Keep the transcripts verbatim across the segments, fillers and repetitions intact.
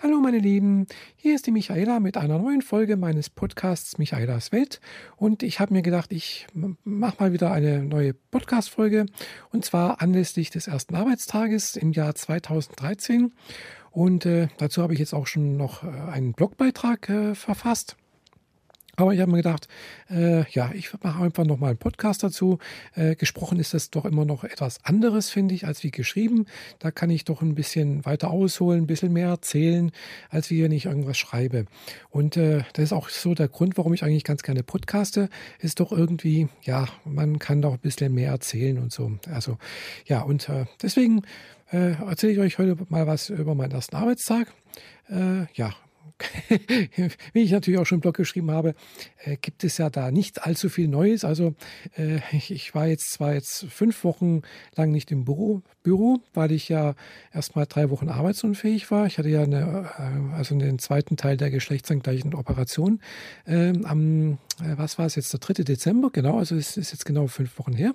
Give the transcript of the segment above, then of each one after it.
Hallo meine Lieben, hier ist die Michaela mit einer neuen Folge meines Podcasts Michaelas Welt und ich habe mir gedacht, ich mache mal wieder eine neue Podcast-Folge und zwar anlässlich des ersten Arbeitstages im Jahr zweitausenddreizehn und äh, dazu habe ich jetzt auch schon noch äh, einen Blogbeitrag äh, verfasst. Aber ich habe mir gedacht, äh, ja, ich mache einfach nochmal einen Podcast dazu. Äh, gesprochen ist das doch immer noch etwas anderes, finde ich, als wie geschrieben. Da kann ich doch ein bisschen weiter ausholen, ein bisschen mehr erzählen, als wie wenn ich irgendwas schreibe. Und äh, das ist auch so der Grund, warum ich eigentlich ganz gerne podcaste, ist doch irgendwie, ja, man kann doch ein bisschen mehr erzählen und so. Also, ja, und äh, deswegen äh, erzähle ich euch heute mal was über meinen ersten Arbeitstag. Äh, ja, Wie ich natürlich auch schon im Blog geschrieben habe, äh, gibt es ja da nicht allzu viel Neues. Also äh, ich, ich war jetzt zwar jetzt fünf Wochen lang nicht im Büro, Büro, weil ich ja erst mal drei Wochen arbeitsunfähig war. Ich hatte ja eine, äh, also den zweiten Teil der geschlechtsangleichenden Operation äh, am, äh, was war es jetzt, der dritte Dezember, genau, also es ist jetzt genau fünf Wochen her.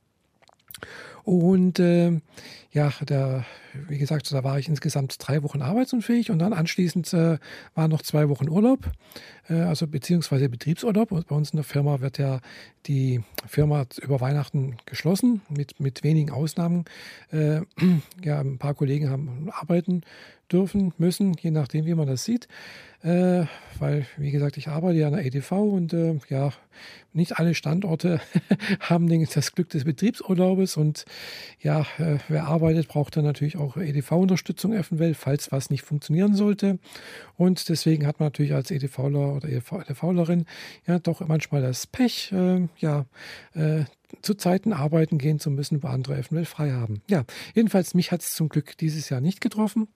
Und äh, ja, da, wie gesagt, da war ich insgesamt drei Wochen arbeitsunfähig und dann anschließend äh, waren noch zwei Wochen Urlaub, äh, also beziehungsweise Betriebsurlaub. Und bei uns in der Firma wird ja die Firma über Weihnachten geschlossen, mit, mit wenigen Ausnahmen. Äh, ja, ein paar Kollegen haben arbeiten dürfen, müssen, je nachdem, wie man das sieht. Äh, weil, wie gesagt, ich arbeite ja an der E D V und äh, ja, nicht alle Standorte haben den, das Glück des Betriebsurlaubes und ja, äh, wer arbeitet, braucht dann natürlich auch E D V-Unterstützung eventuell, falls was nicht funktionieren sollte. Und deswegen hat man natürlich als EDVler oder EDVlerin ja doch manchmal das Pech, äh, ja, äh, zu Zeiten arbeiten gehen zu müssen, wo andere eventuell frei haben. Ja, jedenfalls mich hat es zum Glück dieses Jahr nicht getroffen.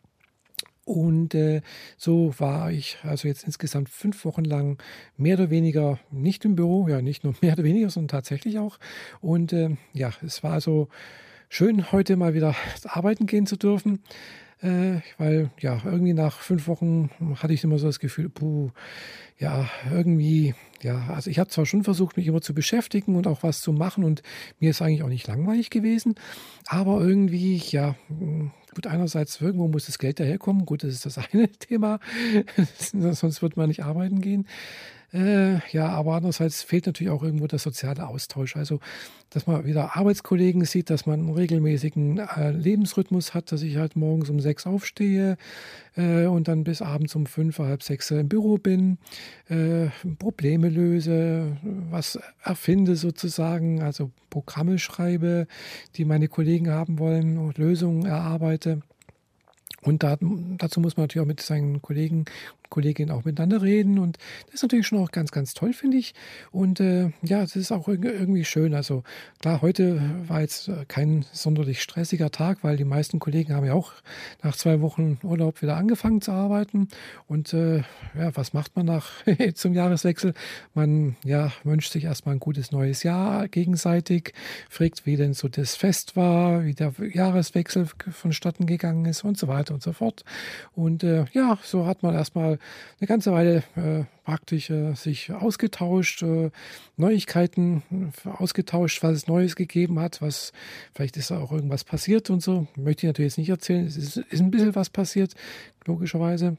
Und äh, so war ich also jetzt insgesamt fünf Wochen lang mehr oder weniger nicht im Büro, ja nicht nur mehr oder weniger, sondern tatsächlich auch. Und äh, ja, es war also schön, heute mal wieder arbeiten gehen zu dürfen. Äh, weil ja, irgendwie nach fünf Wochen hatte ich immer so das Gefühl, puh, ja, irgendwie, ja, also ich habe zwar schon versucht, mich immer zu beschäftigen und auch was zu machen und mir ist eigentlich auch nicht langweilig gewesen, aber irgendwie, ja, gut, einerseits irgendwo muss das Geld daherkommen, gut, das ist das eine Thema, sonst wird man nicht arbeiten gehen. Äh, ja, aber andererseits fehlt natürlich auch irgendwo der soziale Austausch. Also, dass man wieder Arbeitskollegen sieht, dass man einen regelmäßigen äh, Lebensrhythmus hat, dass ich halt morgens um sechs aufstehe äh, und dann bis abends um fünf, halb sechs im Büro bin, äh, Probleme löse, was erfinde sozusagen, also Programme schreibe, die meine Kollegen haben wollen und Lösungen erarbeite. Und da, dazu muss man natürlich auch mit seinen Kollegen und Kolleginnen auch miteinander reden. Und das ist natürlich schon auch ganz, ganz toll, finde ich. Und äh, ja, es ist auch irgendwie schön. Also klar, heute war jetzt kein sonderlich stressiger Tag, weil die meisten Kollegen haben ja auch nach zwei Wochen Urlaub wieder angefangen zu arbeiten. Und äh, ja, was macht man nach zum Jahreswechsel? Man ja, wünscht sich erstmal ein gutes neues Jahr gegenseitig, fragt, wie denn so das Fest war, wie der Jahreswechsel vonstatten gegangen ist und so weiter und so fort. Und äh, ja, so hat man erstmal eine ganze Weile äh, praktisch äh, sich ausgetauscht, äh, Neuigkeiten ausgetauscht, was es Neues gegeben hat, was vielleicht ist auch irgendwas passiert und so. Möchte ich natürlich jetzt nicht erzählen. Es ist, ist ein bisschen was passiert, logischerweise.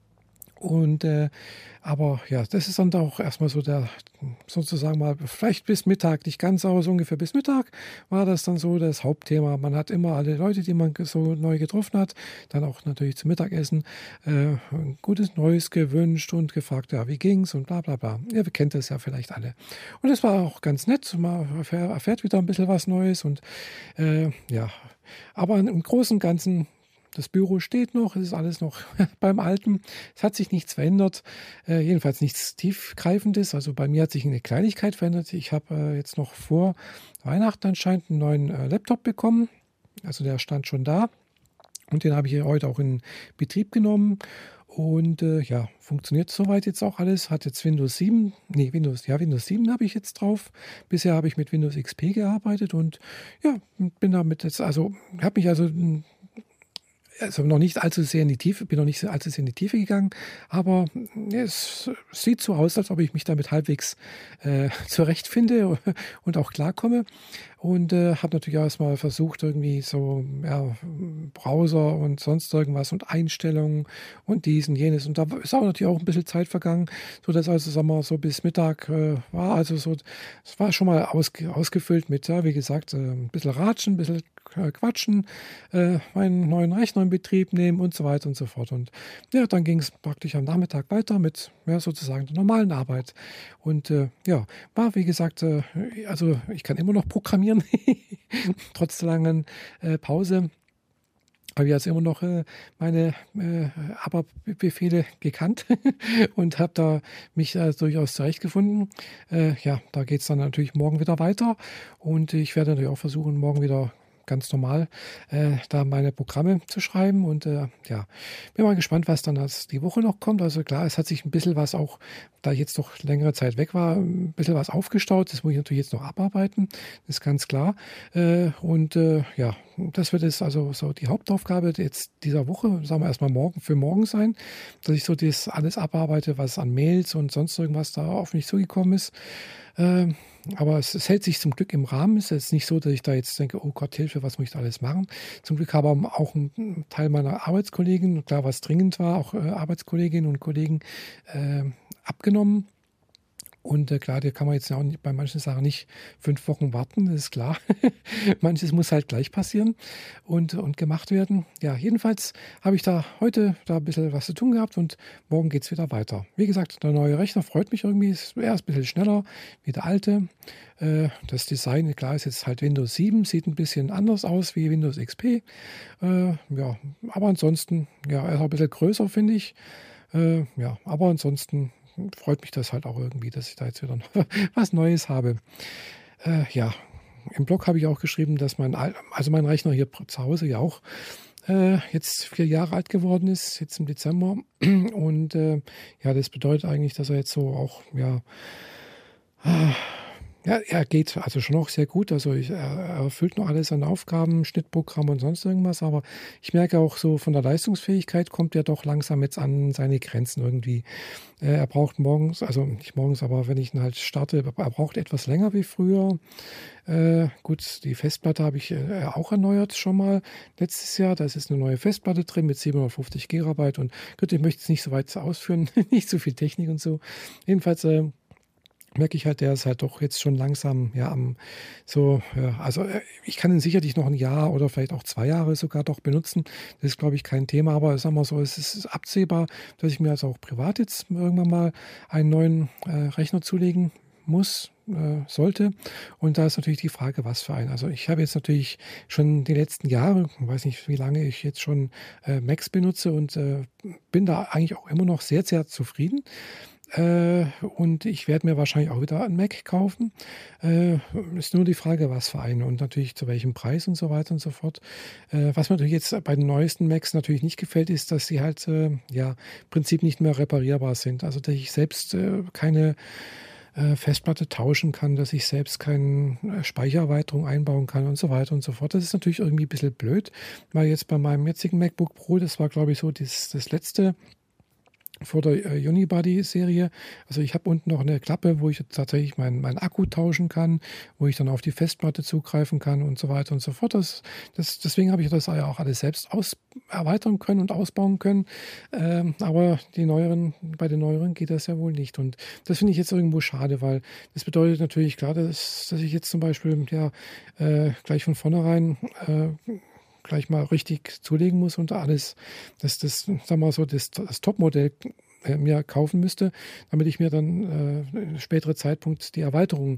Und äh, aber ja, das ist dann auch erstmal so der, sozusagen mal, vielleicht bis Mittag, nicht ganz, aber so ungefähr bis Mittag war das dann so das Hauptthema. Man hat immer alle Leute, die man so neu getroffen hat, dann auch natürlich zum Mittagessen, äh, ein gutes Neues gewünscht und gefragt, ja, wie ging's und bla bla bla. Ihr kennt das ja vielleicht alle. Und es war auch ganz nett, man erfährt wieder ein bisschen was Neues und äh, ja, aber im Großen und Ganzen, das Büro steht noch, es ist alles noch beim Alten. Es hat sich nichts verändert, äh, jedenfalls nichts Tiefgreifendes. Also bei mir hat sich eine Kleinigkeit verändert. Ich habe äh, jetzt noch vor Weihnachten anscheinend einen neuen äh, Laptop bekommen. Also der stand schon da und den habe ich heute auch in Betrieb genommen. Und äh, ja, funktioniert soweit jetzt auch alles. Hat jetzt Windows sieben, nee, Windows, ja, Windows sieben habe ich jetzt drauf. Bisher habe ich mit Windows X P gearbeitet und ja, bin damit jetzt, also habe mich also also noch nicht allzu sehr in die Tiefe, bin noch nicht so allzu sehr in die Tiefe gegangen, aber ja, es sieht so aus, als ob ich mich damit halbwegs äh, zurechtfinde und auch klarkomme. Und äh, habe natürlich auch erstmal versucht, irgendwie so ja, Browser und sonst irgendwas und Einstellungen und dies und jenes. Und da ist auch natürlich auch ein bisschen Zeit vergangen, sodass also, sagen wir, so bis Mittag äh, war. Also so, es war schon mal ausge, ausgefüllt mit, ja, wie gesagt, äh, ein bisschen Ratschen, ein bisschen äh, Quatschen, äh, meinen neuen Rechner in Betrieb nehmen und so weiter und so fort. Und ja, dann ging es praktisch am Nachmittag weiter mit ja, sozusagen der normalen Arbeit. Und äh, ja, war wie gesagt, äh, also ich kann immer noch programmieren, trotz der langen äh, Pause. Habe ich also immer noch äh, meine äh, A B A P-Befehle gekannt und habe da mich äh, durchaus zurechtgefunden. Äh, ja, da geht es dann natürlich morgen wieder weiter und ich werde natürlich auch versuchen, morgen wieder ganz normal äh, da meine Programme zu schreiben und äh, ja, bin mal gespannt, was dann als die Woche noch kommt. Also klar, es hat sich ein bisschen was auch, da ich jetzt doch längere Zeit weg war, ein bisschen was aufgestaut. Das muss ich natürlich jetzt noch abarbeiten, das ist ganz klar. Äh, und äh, ja, das wird jetzt also so die Hauptaufgabe jetzt dieser Woche, sagen wir erstmal morgen für morgen sein, dass ich so das alles abarbeite, was an Mails und sonst irgendwas da auf mich zugekommen ist. Äh, aber es, es hält sich zum Glück im Rahmen. Es ist jetzt nicht so, dass ich da jetzt denke, oh Gott, Hilfe, was muss ich da alles machen? Zum Glück habe auch ein Teil meiner Arbeitskollegen, klar, was dringend war, auch äh, Arbeitskolleginnen und Kollegen äh, abgenommen. Und äh, klar, da kann man jetzt ja auch nicht, bei manchen Sachen nicht fünf Wochen warten, das ist klar. Manches muss halt gleich passieren und, und gemacht werden. Ja, jedenfalls habe ich da heute da ein bisschen was zu tun gehabt und morgen geht es wieder weiter. Wie gesagt, der neue Rechner freut mich irgendwie. Er ist ein bisschen schneller wie der alte. Äh, das Design, klar, ist jetzt halt Windows sieben, sieht ein bisschen anders aus wie Windows X P. Äh, ja, aber ansonsten, ja, er ist auch ein bisschen größer, finde ich. Äh, ja, aber ansonsten freut mich das halt auch irgendwie, dass ich da jetzt wieder noch was Neues habe. Äh, ja, im Blog habe ich auch geschrieben, dass mein, also mein Rechner hier zu Hause ja auch äh, jetzt vier Jahre alt geworden ist, jetzt im Dezember. Und äh, ja, das bedeutet eigentlich, dass er jetzt so auch, ja, ja, er geht also schon noch sehr gut. Also ich, er, er erfüllt noch alle seine Aufgaben, Schnittprogramm und sonst irgendwas. Aber ich merke auch so von der Leistungsfähigkeit kommt er doch langsam jetzt an seine Grenzen irgendwie. Äh, er braucht morgens, also nicht morgens, aber wenn ich ihn halt starte, er braucht etwas länger wie früher. Äh, gut, die Festplatte habe ich äh, auch erneuert schon mal letztes Jahr. Da ist jetzt eine neue Festplatte drin mit siebenhundertfünfzig Gigabyte. Und gut, ich möchte es nicht so weit ausführen, nicht so viel Technik und so. Jedenfalls äh, merke ich halt, der ist halt doch jetzt schon langsam, ja, am, so, ja, also äh, ich kann ihn sicherlich noch ein Jahr oder vielleicht auch zwei Jahre sogar doch benutzen. Das ist, glaube ich, kein Thema, aber sagen wir so, es ist absehbar, dass ich mir also auch privat jetzt irgendwann mal einen neuen äh, Rechner zulegen muss, äh, sollte. Und da ist natürlich die Frage, was für einen. Also ich habe jetzt natürlich schon die letzten Jahre, ich weiß nicht, wie lange ich jetzt schon äh, Macs benutze und äh, bin da eigentlich auch immer noch sehr, sehr zufrieden. Äh, und ich werde mir wahrscheinlich auch wieder einen Mac kaufen. Äh, ist nur die Frage, was für einen und natürlich zu welchem Preis und so weiter und so fort. Äh, was mir natürlich jetzt bei den neuesten Macs natürlich nicht gefällt, ist, dass sie halt äh, ja im Prinzip nicht mehr reparierbar sind. Also dass ich selbst äh, keine äh, Festplatte tauschen kann, dass ich selbst keine äh, Speichererweiterung einbauen kann und so weiter und so fort. Das ist natürlich irgendwie ein bisschen blöd, weil jetzt bei meinem jetzigen MacBook Pro, das war glaube ich so das, das letzte vor der äh, Unibody-Serie. Also ich habe unten noch eine Klappe, wo ich tatsächlich meinen mein Akku tauschen kann, wo ich dann auf die Festplatte zugreifen kann und so weiter und so fort. Das, das, deswegen habe ich das ja auch alles selbst aus, erweitern können und ausbauen können. Ähm, aber die neueren, bei den neueren geht das ja wohl nicht. Und das finde ich jetzt irgendwo schade, weil das bedeutet natürlich klar, dass, dass ich jetzt zum Beispiel ja äh, gleich von vornherein äh, gleich mal richtig zulegen muss und alles, dass das, sagen wir mal so, das, das Topmodell äh, mir kaufen müsste, damit ich mir dann äh, in spätere Zeitpunkt die Erweiterung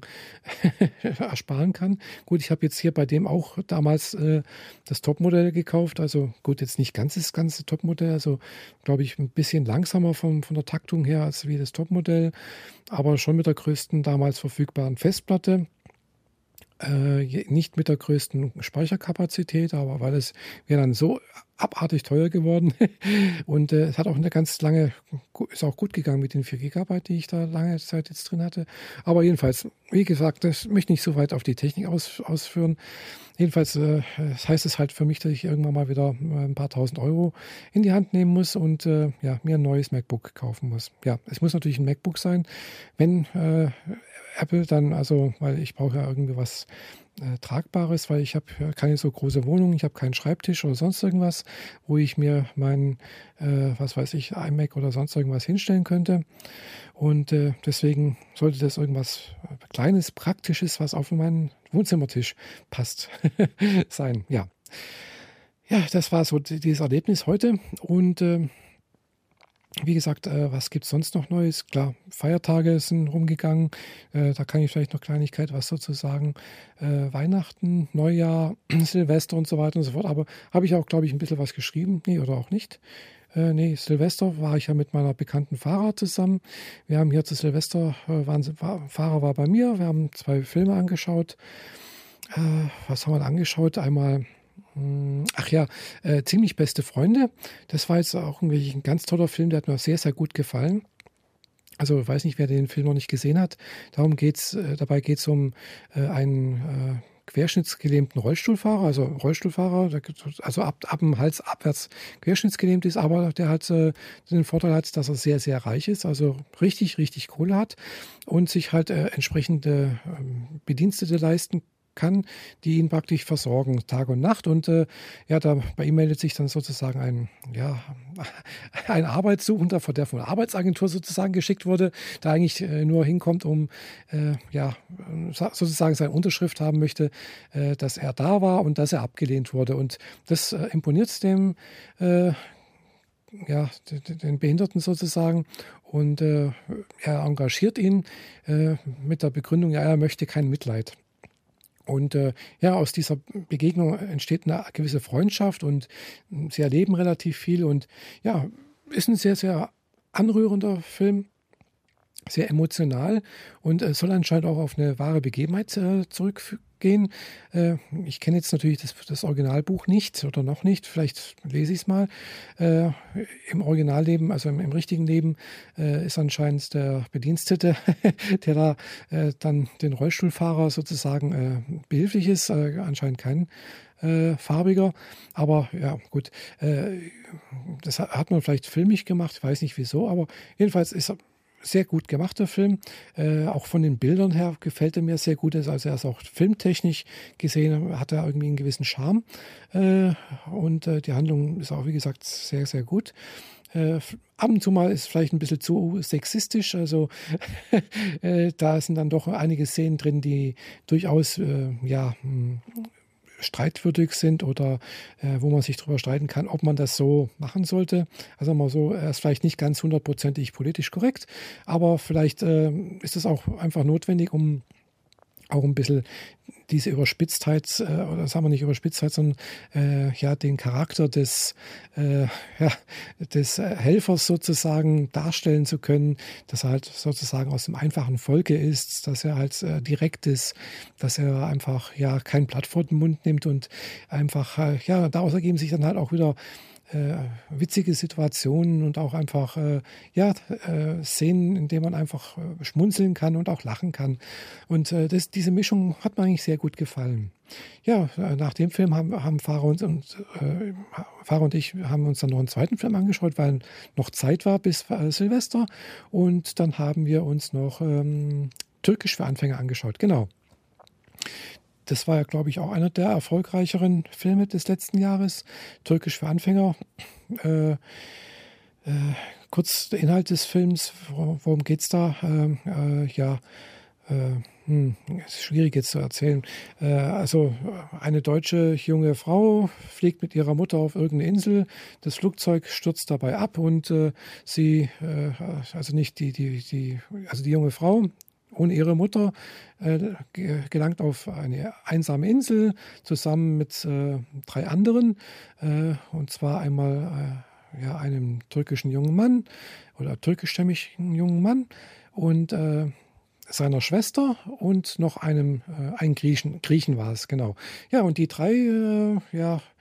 ersparen kann. Gut, ich habe jetzt hier bei dem auch damals äh, das Topmodell gekauft, also gut, jetzt nicht ganz das ganze Topmodell, also glaube ich ein bisschen langsamer vom, von der Taktung her als wie das Topmodell, aber schon mit der größten damals verfügbaren Festplatte. Äh, nicht mit der größten Speicherkapazität, aber weil es wir dann so abartig teuer geworden. Und äh, es hat auch eine ganz lange, ist auch gut gegangen mit den vier Gigabyte, die ich da lange Zeit jetzt drin hatte. Aber jedenfalls, wie gesagt, das möchte ich nicht so weit auf die Technik aus, ausführen. Jedenfalls äh, das heißt es halt für mich, dass ich irgendwann mal wieder äh, ein paar tausend Euro in die Hand nehmen muss und äh, ja, mir ein neues MacBook kaufen muss. Ja, es muss natürlich ein MacBook sein. Wenn äh, Apple dann, also, weil ich brauche ja irgendwie was äh, Tragbares, weil ich habe keine so große Wohnung, ich habe keinen Schreibtisch oder sonst irgendwas, wo ich mir mein, äh, was weiß ich, iMac oder sonst irgendwas hinstellen könnte. Und äh, deswegen sollte das irgendwas Kleines, Praktisches, was auf meinen Wohnzimmertisch passt, sein. Ja. Ja, das war so dieses Erlebnis heute. Und äh, wie gesagt, äh, was gibt es sonst noch Neues? Klar, Feiertage sind rumgegangen. Äh, da kann ich vielleicht noch Kleinigkeit was dazu sagen. Äh, Weihnachten, Neujahr, Silvester und so weiter und so fort. Aber habe ich auch, glaube ich, ein bisschen was geschrieben. Nee, oder auch nicht. Äh, nee, Silvester war ich ja mit meiner bekannten Fahrer zusammen. Wir haben hier zu Silvester, äh, waren, war, Fahrer war bei mir. Wir haben zwei Filme angeschaut. Äh, was haben wir da angeschaut? Einmal Ach ja, äh, ziemlich beste Freunde. Das war jetzt auch irgendwie ein ganz toller Film, der hat mir sehr, sehr gut gefallen. Also ich weiß nicht, wer den Film noch nicht gesehen hat. Darum geht's, äh, dabei geht es um äh, einen äh, querschnittsgelähmten Rollstuhlfahrer, also Rollstuhlfahrer, der, also ab, ab dem Hals abwärts querschnittsgelähmt ist, aber der halt äh, den Vorteil hat, dass er sehr, sehr reich ist, also richtig, richtig Kohle hat und sich halt äh, entsprechende äh, Bedienstete leisten kann, die ihn praktisch versorgen, Tag und Nacht. Und äh, ja, da bei ihm meldet sich dann sozusagen ein, ja, ein Arbeitssuchender, der von der Arbeitsagentur sozusagen geschickt wurde, der eigentlich äh, nur hinkommt, um äh, ja, sozusagen seine Unterschrift haben möchte, äh, dass er da war und dass er abgelehnt wurde. Und das äh, imponiert dem äh, ja, den Behinderten sozusagen und äh, er engagiert ihn äh, mit der Begründung, ja, er möchte kein Mitleid. Und äh, ja, aus dieser Begegnung entsteht eine gewisse Freundschaft und sie erleben relativ viel. Und ja, ist ein sehr, sehr anrührender Film, sehr emotional und äh, soll anscheinend auch auf eine wahre Begebenheit äh, zurückgehen. Äh, ich kenne jetzt natürlich das, das Originalbuch nicht oder noch nicht, vielleicht lese ich es mal. Äh, Im Originalleben, also im, im richtigen Leben, äh, ist anscheinend der Bedienstete, der da äh, dann den Rollstuhlfahrer sozusagen äh, behilflich ist, äh, anscheinend kein äh, farbiger. Aber ja, gut, äh, das hat man vielleicht filmisch gemacht, weiß nicht wieso, aber jedenfalls ist er sehr gut gemachter Film. Äh, auch von den Bildern her gefällt er mir sehr gut. Also er ist auch filmtechnisch gesehen, hat er irgendwie einen gewissen Charme. Äh, und äh, die Handlung ist auch, wie gesagt, sehr, sehr gut. Äh, ab und zu mal ist es vielleicht ein bisschen zu sexistisch. Also äh, da sind dann doch einige Szenen drin, die durchaus äh, ja mh, streitwürdig sind oder äh, wo man sich darüber streiten kann, ob man das so machen sollte. Also mal so, er ist vielleicht nicht ganz hundertprozentig politisch korrekt, aber vielleicht äh, ist es auch einfach notwendig, um auch ein bisschen diese Überspitztheit, äh, oder sagen wir nicht Überspitztheit, sondern äh, ja, den Charakter des, äh, ja, des Helfers sozusagen darstellen zu können, dass er halt sozusagen aus dem einfachen Volke ist, dass er halt äh, direkt ist, dass er einfach ja kein Blatt vor den Mund nimmt und einfach, äh, ja, daraus ergeben sich dann halt auch wieder Äh, witzige Situationen und auch einfach äh, ja, äh, Szenen, in denen man einfach äh, schmunzeln kann und auch lachen kann. Und äh, das, diese Mischung hat mir eigentlich sehr gut gefallen. Ja, äh, nach dem Film haben, haben Farah und, und, äh, Farah und ich haben uns dann noch einen zweiten Film angeschaut, weil noch Zeit war bis äh, Silvester. Und dann haben wir uns noch ähm, Türkisch für Anfänger angeschaut. Genau. Das war ja, glaube ich, auch einer der erfolgreicheren Filme des letzten Jahres. Türkisch für Anfänger. Äh, äh, kurz der Inhalt des Films. Worum geht es da? Ähm, äh, ja, äh, hm, ist schwierig jetzt zu erzählen. Äh, also eine deutsche junge Frau fliegt mit ihrer Mutter auf irgendeine Insel. Das Flugzeug stürzt dabei ab und äh, sie, äh, also nicht die, die, die, also die junge Frau ohne ihre Mutter äh, gelangt auf eine einsame Insel zusammen mit äh, drei anderen. Äh, und zwar einmal äh, ja, einem türkischen jungen Mann oder türkischstämmigen jungen Mann und äh, seiner Schwester und noch einem, äh, einen Griechen, Griechen war es, genau. Ja, und die drei, äh, ja,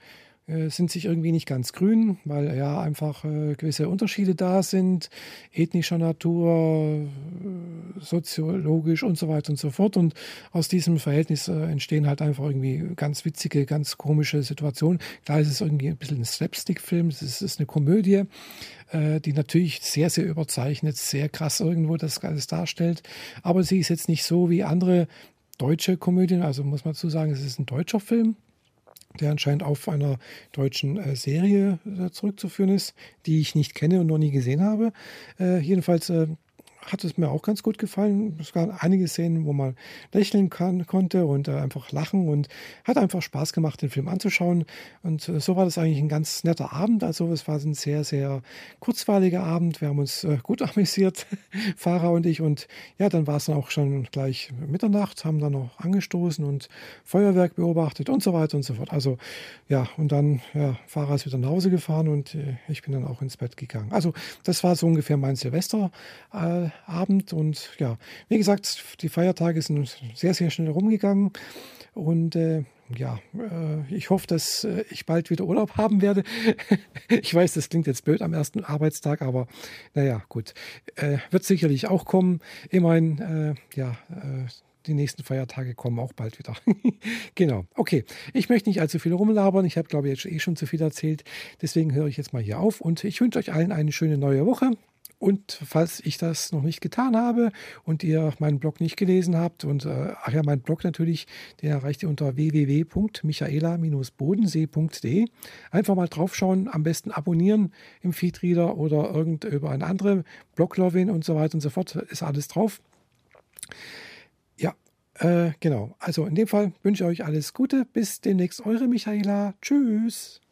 äh, sind sich irgendwie nicht ganz grün, weil ja einfach äh, gewisse Unterschiede da sind, ethnischer Natur, äh, soziologisch und so weiter und so fort. Und aus diesem Verhältnis äh, entstehen halt einfach irgendwie ganz witzige, ganz komische Situationen. Klar ist es irgendwie ein bisschen ein Slapstick-Film, es ist, es ist eine Komödie, äh, die natürlich sehr, sehr überzeichnet, sehr krass irgendwo das alles darstellt. Aber sie ist jetzt nicht so wie andere deutsche Komödien, also muss man dazu sagen, es ist ein deutscher Film, der anscheinend auf einer deutschen äh, Serie äh, zurückzuführen ist, die ich nicht kenne und noch nie gesehen habe. Äh, jedenfalls äh, hat es mir auch ganz gut gefallen. Es gab einige Szenen, wo man lächeln kann, konnte und äh, einfach lachen und hat einfach Spaß gemacht, den Film anzuschauen. Und äh, so war das eigentlich ein ganz netter Abend. Also es war ein sehr, sehr kurzweiliger Abend. Wir haben uns äh, gut amüsiert, Farah und ich. Und ja, dann war es dann auch schon gleich Mitternacht, haben dann noch angestoßen und Feuerwerk beobachtet und so weiter und so fort. Also ja, und dann, ja, Farah ist wieder nach Hause gefahren und äh, ich bin dann auch ins Bett gegangen. Also das war so ungefähr mein Silvester. Äh, Abend und ja, wie gesagt, die Feiertage sind sehr, sehr schnell rumgegangen und äh, ja, äh, ich hoffe, dass äh, ich bald wieder Urlaub haben werde. Ich weiß, das klingt jetzt blöd am ersten Arbeitstag, aber naja, gut, äh, wird sicherlich auch kommen. Immerhin, äh, ja, äh, die nächsten Feiertage kommen auch bald wieder. Genau, okay. Ich möchte nicht allzu viel rumlabern. Ich habe, glaube ich, jetzt eh schon zu viel erzählt. Deswegen höre ich jetzt mal hier auf und ich wünsche euch allen eine schöne neue Woche. Und falls ich das noch nicht getan habe und ihr meinen Blog nicht gelesen habt und äh, ach ja, mein Blog natürlich, den erreicht ihr unter w w w punkt michaela bodensee punkt de. Einfach mal draufschauen, am besten abonnieren im Feedreader oder irgend über eine andere Blog-Login und so weiter und so fort. Ist alles drauf. Ja, äh, genau. Also in dem Fall wünsche ich euch alles Gute. Bis demnächst, eure Michaela. Tschüss.